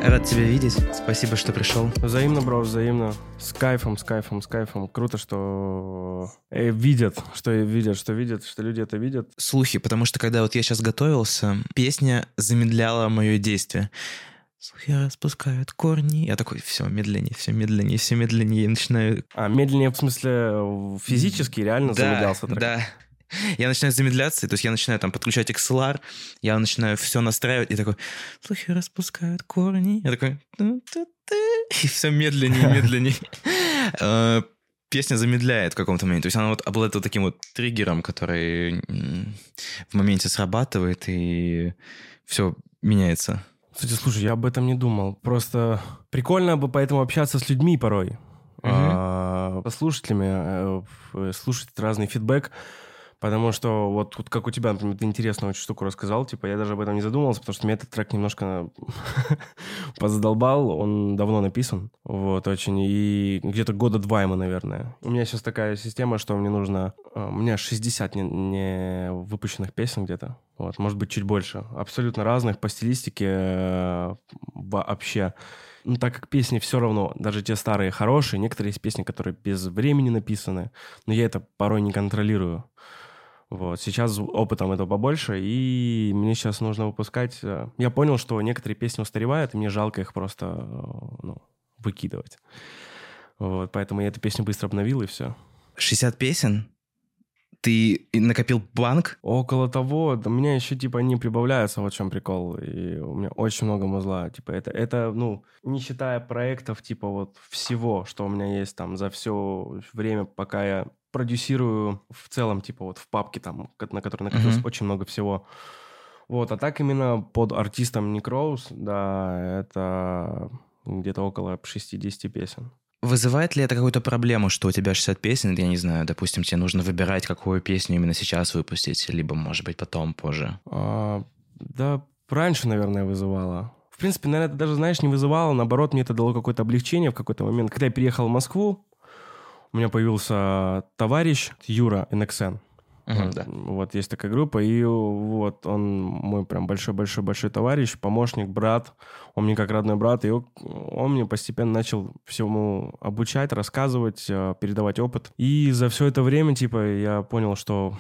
Рад тебя видеть. Спасибо, что пришел. Взаимно, бро, взаимно. С кайфом. Круто, что видят, что люди это видят. Слухи, потому что когда вот я сейчас готовился, песня замедляла мое действие. Слухи распускают корни. Я такой, все медленнее. И начинаю... Медленнее в смысле физически реально замедлялся трек? Да. Я начинаю замедляться, то есть я начинаю там подключать XLR, я начинаю все настраивать, и такой, слухи распускают корни. Я такой, и все медленнее. Песня замедляет в каком-то моменте. То есть она вот обладает вот таким вот триггером, который в моменте срабатывает, и все меняется. Кстати, слушай, я об этом не думал. Просто прикольно бы поэтому общаться с людьми порой. Со слушателями, слушать разный фидбэк. Потому что вот тут, как у тебя, например, ты интересную очень штуку рассказал, типа я даже об этом не задумывался, потому что меня этот трек немножко позадолбал, он давно написан, вот, очень, и где-то года 2 ему, наверное. У меня сейчас такая система, что мне нужно... У меня 60 не выпущенных песен где-то, вот, может быть, чуть больше, абсолютно разных по стилистике вообще. Ну, так как песни все равно, даже те старые хорошие, некоторые есть песни, которые без времени написаны, но я это порой не контролирую. Вот. Сейчас опытом этого побольше, и мне сейчас нужно выпускать... Я понял, что некоторые песни устаревают, и мне жалко их просто выкидывать. Вот. Поэтому я эту песню быстро обновил, и все. 60 песен? Ты накопил банк? Около того. У меня еще, типа, не прибавляются, вот в чем прикол. И у меня очень много музла. Типа, это, не считая проектов, типа, вот всего, что у меня есть там за все время, пока я продюсирую в целом, типа, вот в папке там, на которой накопилось очень много всего. Вот, а так именно под артистом Nick Rose, да, это где-то около 60 песен. Вызывает ли это какую-то проблему, что у тебя 60 песен, я не знаю, допустим, тебе нужно выбирать, какую песню именно сейчас выпустить, либо, может быть, потом, позже? Да, раньше, наверное, вызывало. В принципе, наверное, это даже, знаешь, не вызывало, наоборот, мне это дало какое-то облегчение в какой-то момент. Когда я переехал в Москву, у меня появился товарищ Юра NXN. Да. Вот есть такая группа, и вот он мой прям большой-большой-большой товарищ, помощник, брат. Он мне как родной брат, и он мне постепенно начал всему обучать, рассказывать, передавать опыт. И за все это время, типа, я понял, что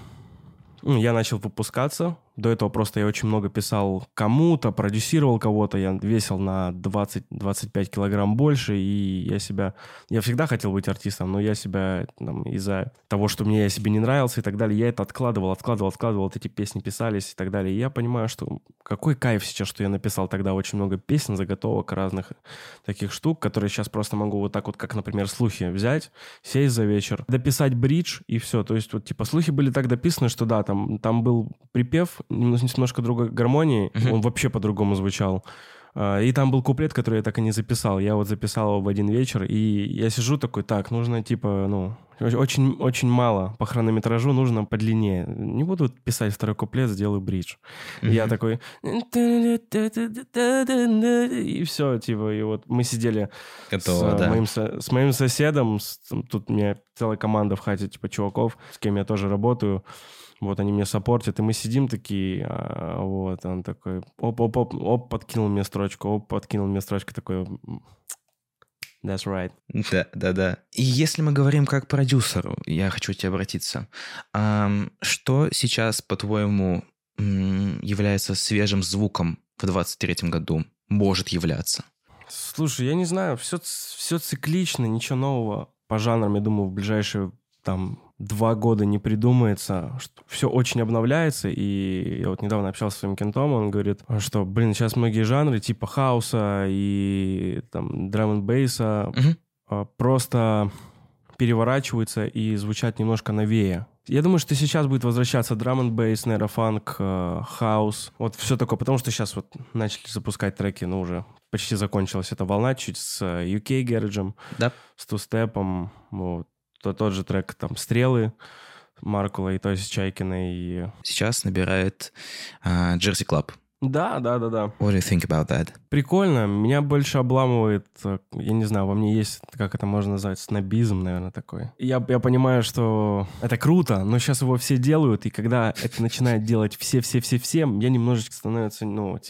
я начал выпускаться. До этого просто я очень много писал кому-то, продюсировал кого-то. Я весил на 20-25 килограмм больше, и я всегда хотел быть артистом, но я себя там, из-за того, что я себе не нравился и так далее, я это откладывал. Вот эти песни писались и так далее. И я понимаю, что какой кайф сейчас, что я написал тогда очень много песен, заготовок разных таких штук, которые сейчас просто могу вот так вот, как, например, слухи взять, сесть за вечер, дописать бридж, и все. То есть вот типа слухи были так дописаны, что да, там был припев, немножко другой гармонии, он вообще по-другому звучал. И там был куплет, который я так и не записал. Я вот записал его в один вечер, и я сижу такой, так, нужно типа, очень мало по хронометражу, нужно подлиннее. Не буду писать второй куплет, сделаю бридж. Я такой... И все, типа, и вот мы сидели с моим соседом, тут у меня целая команда в хате, типа, чуваков, с кем я тоже работаю. Вот они меня саппортят, и мы сидим такие, вот, он такой, подкинул мне строчку, такой, that's right. Да. И если мы говорим как продюсеру, я хочу к тебе обратиться, что сейчас, по-твоему, является свежим звуком в 23-м году, может являться? Слушай, я не знаю, все циклично, ничего нового по жанрам, я думаю, в ближайшие там 2 года не придумается, что все очень обновляется, и я вот недавно общался с своим кентом, он говорит, что, сейчас многие жанры типа хауса и там драм-н-бейса просто переворачиваются и звучат немножко новее. Я думаю, что сейчас будет возвращаться драм-н-бейс, нейрофанк, хаус, вот все такое, потому что сейчас вот начали запускать треки, уже почти закончилась эта волна чуть с UK Garage, да. с тустепом, вот. Тот же трек там «Стрелы» Маркула и Тоси Чайкиной. Сейчас набирает Jersey Club. Да. What do you think about that? Прикольно. Меня больше обламывает, я не знаю, во мне есть, как это можно назвать, снобизм, наверное, такой. Я понимаю, что это круто, но сейчас его все делают, и когда это начинает делать все, я немножечко становится,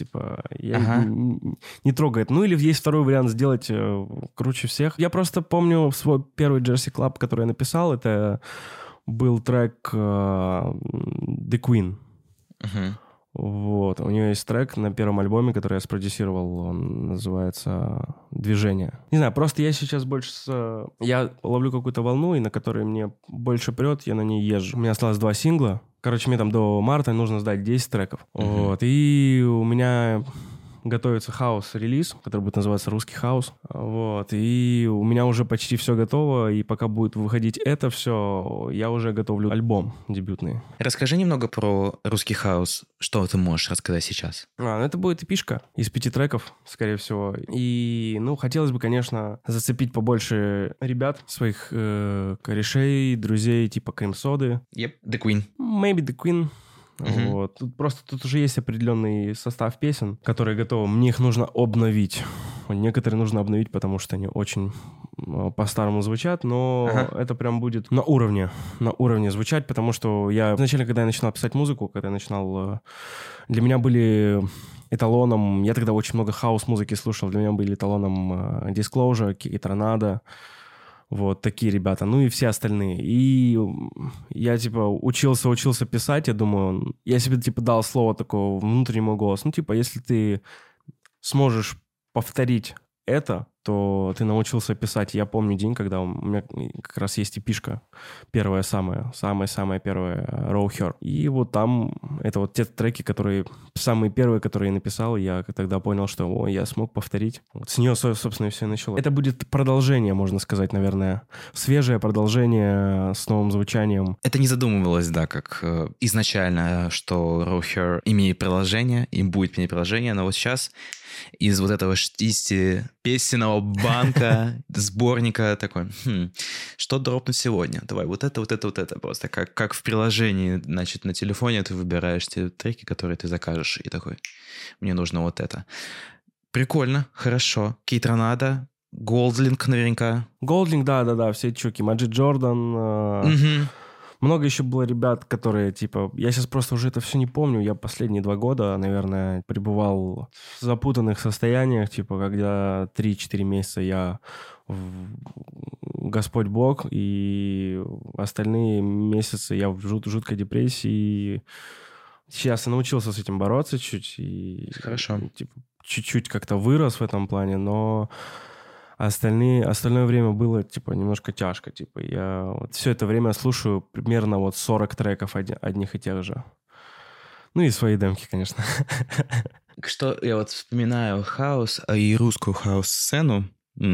не трогает. Ну, или есть второй вариант сделать круче всех. Я просто помню свой первый Jersey Club, который я написал, это был трек The Queen. Вот. У нее есть трек на первом альбоме, который я спродюсировал, он называется «Движение». Не знаю, просто я сейчас больше... Я ловлю какую-то волну, и на которой мне больше прет, я на ней езжу. У меня осталось 2 сингла. Короче, мне там до марта нужно сдать 10 треков. Вот. И у меня готовится хаус-релиз, который будет называться «Русский хаус». Вот. И у меня уже почти все готово, и пока будет выходить это все, я уже готовлю альбом дебютный. Расскажи немного про «Русский хаус». Что ты можешь рассказать сейчас? Это будет эпишка из 5 треков, скорее всего. И, хотелось бы, конечно, зацепить побольше ребят, своих корешей, друзей, типа Cream Soda. Yep, The Queen. Maybe The Queen. Вот. Тут уже есть определенный состав песен, которые готовы. Мне их нужно обновить. Некоторые нужно обновить, потому что они очень по-старому звучат, но это прям будет на уровне звучать, потому что я изначально, когда я начинал писать музыку, для меня были эталоном, я тогда очень много хаус-музыки слушал, для меня были эталоном Disclosure, Торнадо, вот такие ребята, и все остальные. И я, учился писать, я думаю, я себе, дал слово такого внутреннему голосу. Если ты сможешь повторить это, то ты научился писать. Я помню день, когда у меня как раз есть эпишка, первая самая первая, Raw Her. И вот там, это вот те треки, самые первые, которые я написал, я тогда понял, что я смог повторить. Вот с нее, собственно, и все началось. Это будет продолжение, можно сказать, наверное. Свежее продолжение с новым звучанием. Это не задумывалось, да, как изначально, что Raw Her имеет продолжение, и будет иметь продолжение, но вот сейчас из вот этого песенного банка, сборника такой, что дропнуть сегодня? Давай, вот это просто. Как в приложении, значит, на телефоне ты выбираешь те треки, которые ты закажешь, и такой, мне нужно вот это. Прикольно, хорошо. Кейтронадо, Голдлинг наверняка. Голдлинг, да, все чуки. Маджид Джордан. Много еще было ребят, которые, я сейчас просто уже это все не помню. Я последние 2 года, наверное, пребывал в запутанных состояниях, когда 3-4 месяца я Господь Бог, и остальные месяцы я в жуткой депрессии. Сейчас я научился с этим бороться чуть, и хорошо. Чуть-чуть как-то вырос в этом плане, но... Остальное время было, немножко тяжко. Я все это время слушаю примерно 40 треков одних и тех же. И свои демки, конечно. Что я вспоминаю хаос и русскую хаус-сцену.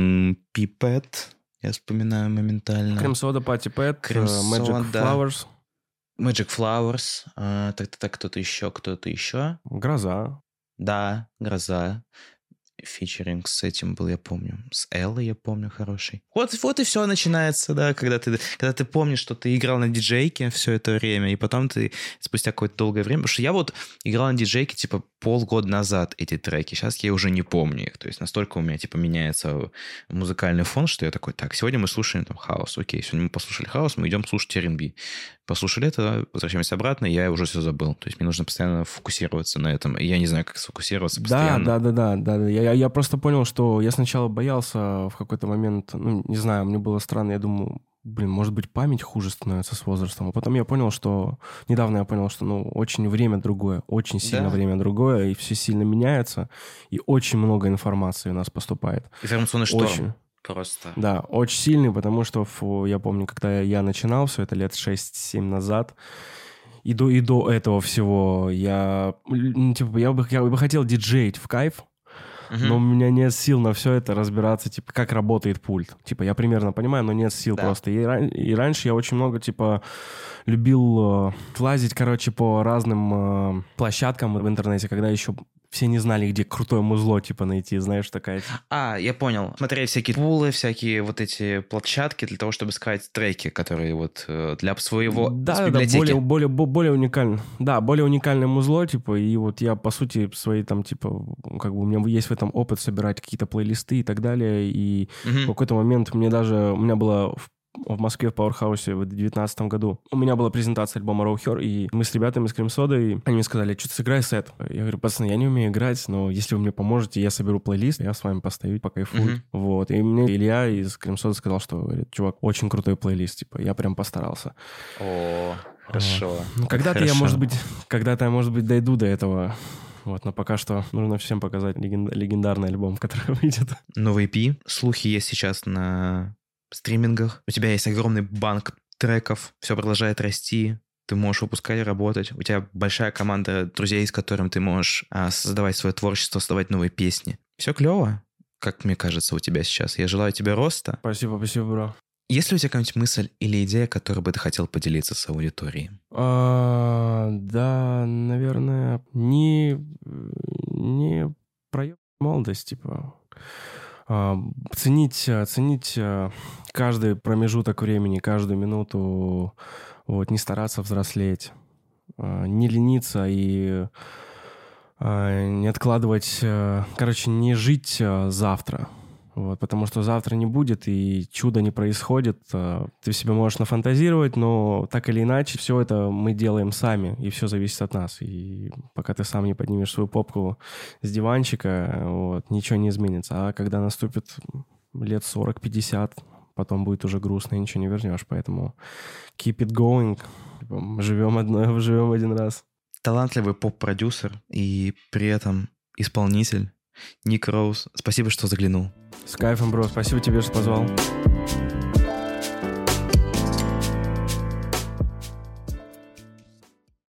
Пипет, я вспоминаю моментально. Cream Soda, Patti Pat, Magic Flowers. Magic Flowers. Так, кто-то еще. Гроза. Да, Гроза. Фичеринг с этим был, я помню. С Эллой, я помню, хороший. Вот и все начинается, да, когда ты помнишь, что ты играл на диджейке все это время, и потом ты спустя какое-то долгое время... Потому что я играл на диджейке, полгода назад эти треки. Сейчас я уже не помню их. То есть настолько у меня, меняется музыкальный фон, что я такой, так, сегодня мы слушаем хаус. Окей, сегодня мы послушали хаус, мы идем слушать R&B. Послушали это, возвращаемся обратно, я уже все забыл. То есть мне нужно постоянно фокусироваться на этом. И я не знаю, как сфокусироваться постоянно. Да. Я просто понял, что я сначала боялся в какой-то момент, не знаю, мне было странно, я думаю, может быть, память хуже становится с возрастом. А потом недавно я понял, что, очень время другое, очень сильно время другое, и все сильно меняется, и очень много информации у нас поступает. Информационный шторм. Просто. Да, очень сильный, потому что я помню, когда я начинал все это лет 6-7 назад, и до этого всего я бы хотел диджеить в кайф, но у меня нет сил на все это разбираться, как работает пульт. Я примерно понимаю, но нет сил просто. И раньше я очень много, любил лазить, по разным площадкам в интернете, когда еще все не знали, где крутое музло, типа, найти, знаешь, такая... Я понял. Смотрели всякие пулы, всякие вот эти площадки для того, чтобы искать треки, которые вот для своего библиотеки. более уникально. Да, более уникальное музло, типа, и вот я, по сути, свои там, типа, как бы у меня есть в этом опыт собирать какие-то плейлисты и так далее, и в какой-то момент у меня было в Москве в Пауэрхаусе в 2019 году. У меня была презентация альбома Raw Her, и мы с ребятами с Крем-Содой, они мне сказали, что-то сыграй сет. Я говорю, пацаны, я не умею играть, но если вы мне поможете, я соберу плейлист, я с вами постою, покайфую. Вот. И мне Илья из Крем-Сода сказал, что, говорит, чувак, очень крутой плейлист, типа, я прям постарался. О, хорошо. Ну, когда-то я, может быть, дойду до этого. Вот, но пока что нужно всем показать легендарный альбом, который выйдет. Новый EP. Слухи есть сейчас на стримингах. У тебя есть огромный банк треков, все продолжает расти. Ты можешь выпускать, работать. У тебя большая команда друзей, с которыми ты можешь создавать свое творчество, создавать новые песни. Все клево, как мне кажется, у тебя сейчас. Я желаю тебе роста. Спасибо, бро. Есть ли у тебя какая-нибудь мысль или идея, которой бы ты хотел поделиться с аудиторией? Да, наверное, не проеб молодость, типа. Ценить каждый промежуток времени, каждую минуту, вот, не стараться взрослеть, не лениться и не откладывать, не жить завтра. Вот, потому что завтра не будет, и чудо не происходит. Ты себе можешь нафантазировать, но так или иначе все это мы делаем сами, и все зависит от нас. И пока ты сам не поднимешь свою попку с диванчика, вот, ничего не изменится. А когда наступит лет 40-50, потом будет уже грустно, и ничего не вернешь. Поэтому keep it going. Живем один раз. Талантливый поп-продюсер и при этом исполнитель Ник Роуз. Спасибо, что заглянул. С кайфом, бро. Спасибо тебе, что позвал.